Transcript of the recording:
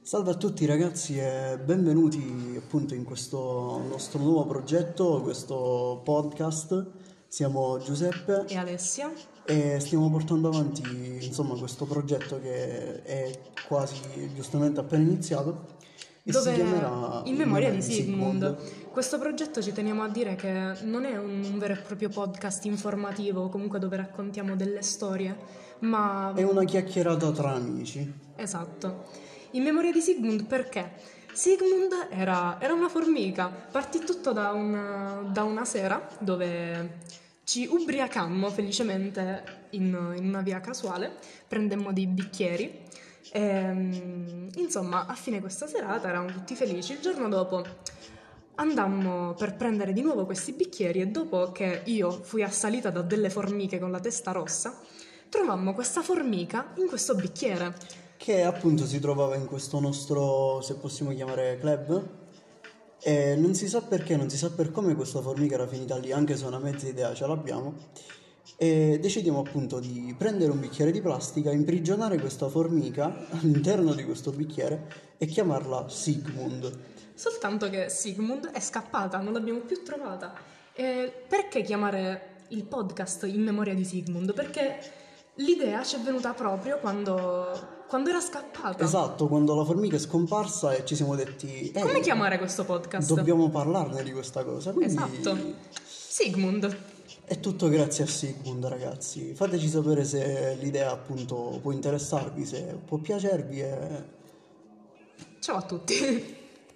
Salve a tutti ragazzi e benvenuti appunto in questo nostro nuovo progetto, questo podcast. Siamo Giuseppe E Alessia, e stiamo portando avanti insomma questo progetto che è quasi giustamente appena iniziato e si dove chiamerà in memoria di Sigmund. Sigmund. Questo progetto ci teniamo a dire che non è un vero e proprio podcast informativo, comunque dove raccontiamo delle storie, ma È una chiacchierata tra amici. esatto. In memoria di Sigmund perché? Sigmund era una formica. Partì tutto da una sera dove ci ubriacammo felicemente in una via casuale, prendemmo dei bicchieri e insomma a fine questa serata eravamo tutti felici. Il giorno dopo andammo per prendere di nuovo questi bicchieri e dopo che io fui assalita da delle formiche con la testa rossa, trovammo questa formica in questo bicchiere. Che appunto si trovava in questo nostro, se possiamo chiamare, club. E non si sa perché, non si sa per come questa formica era finita lì, anche se una mezza idea ce l'abbiamo. E decidiamo appunto di prendere un bicchiere di plastica, imprigionare questa formica all'interno di questo bicchiere e chiamarla Sigmund. Soltanto che Sigmund è scappata, non l'abbiamo più trovata. E perché chiamare il podcast in memoria di Sigmund? Perché l'idea ci è venuta proprio quando era scappata. Esatto, quando la formica è scomparsa e ci siamo detti, Come chiamare questo podcast? dobbiamo parlarne di questa cosa. Quindi Esatto. Sigmund. è tutto grazie a Sigmund, ragazzi. Fateci sapere se l'idea appunto può interessarvi, se può piacervi e Ciao a tutti.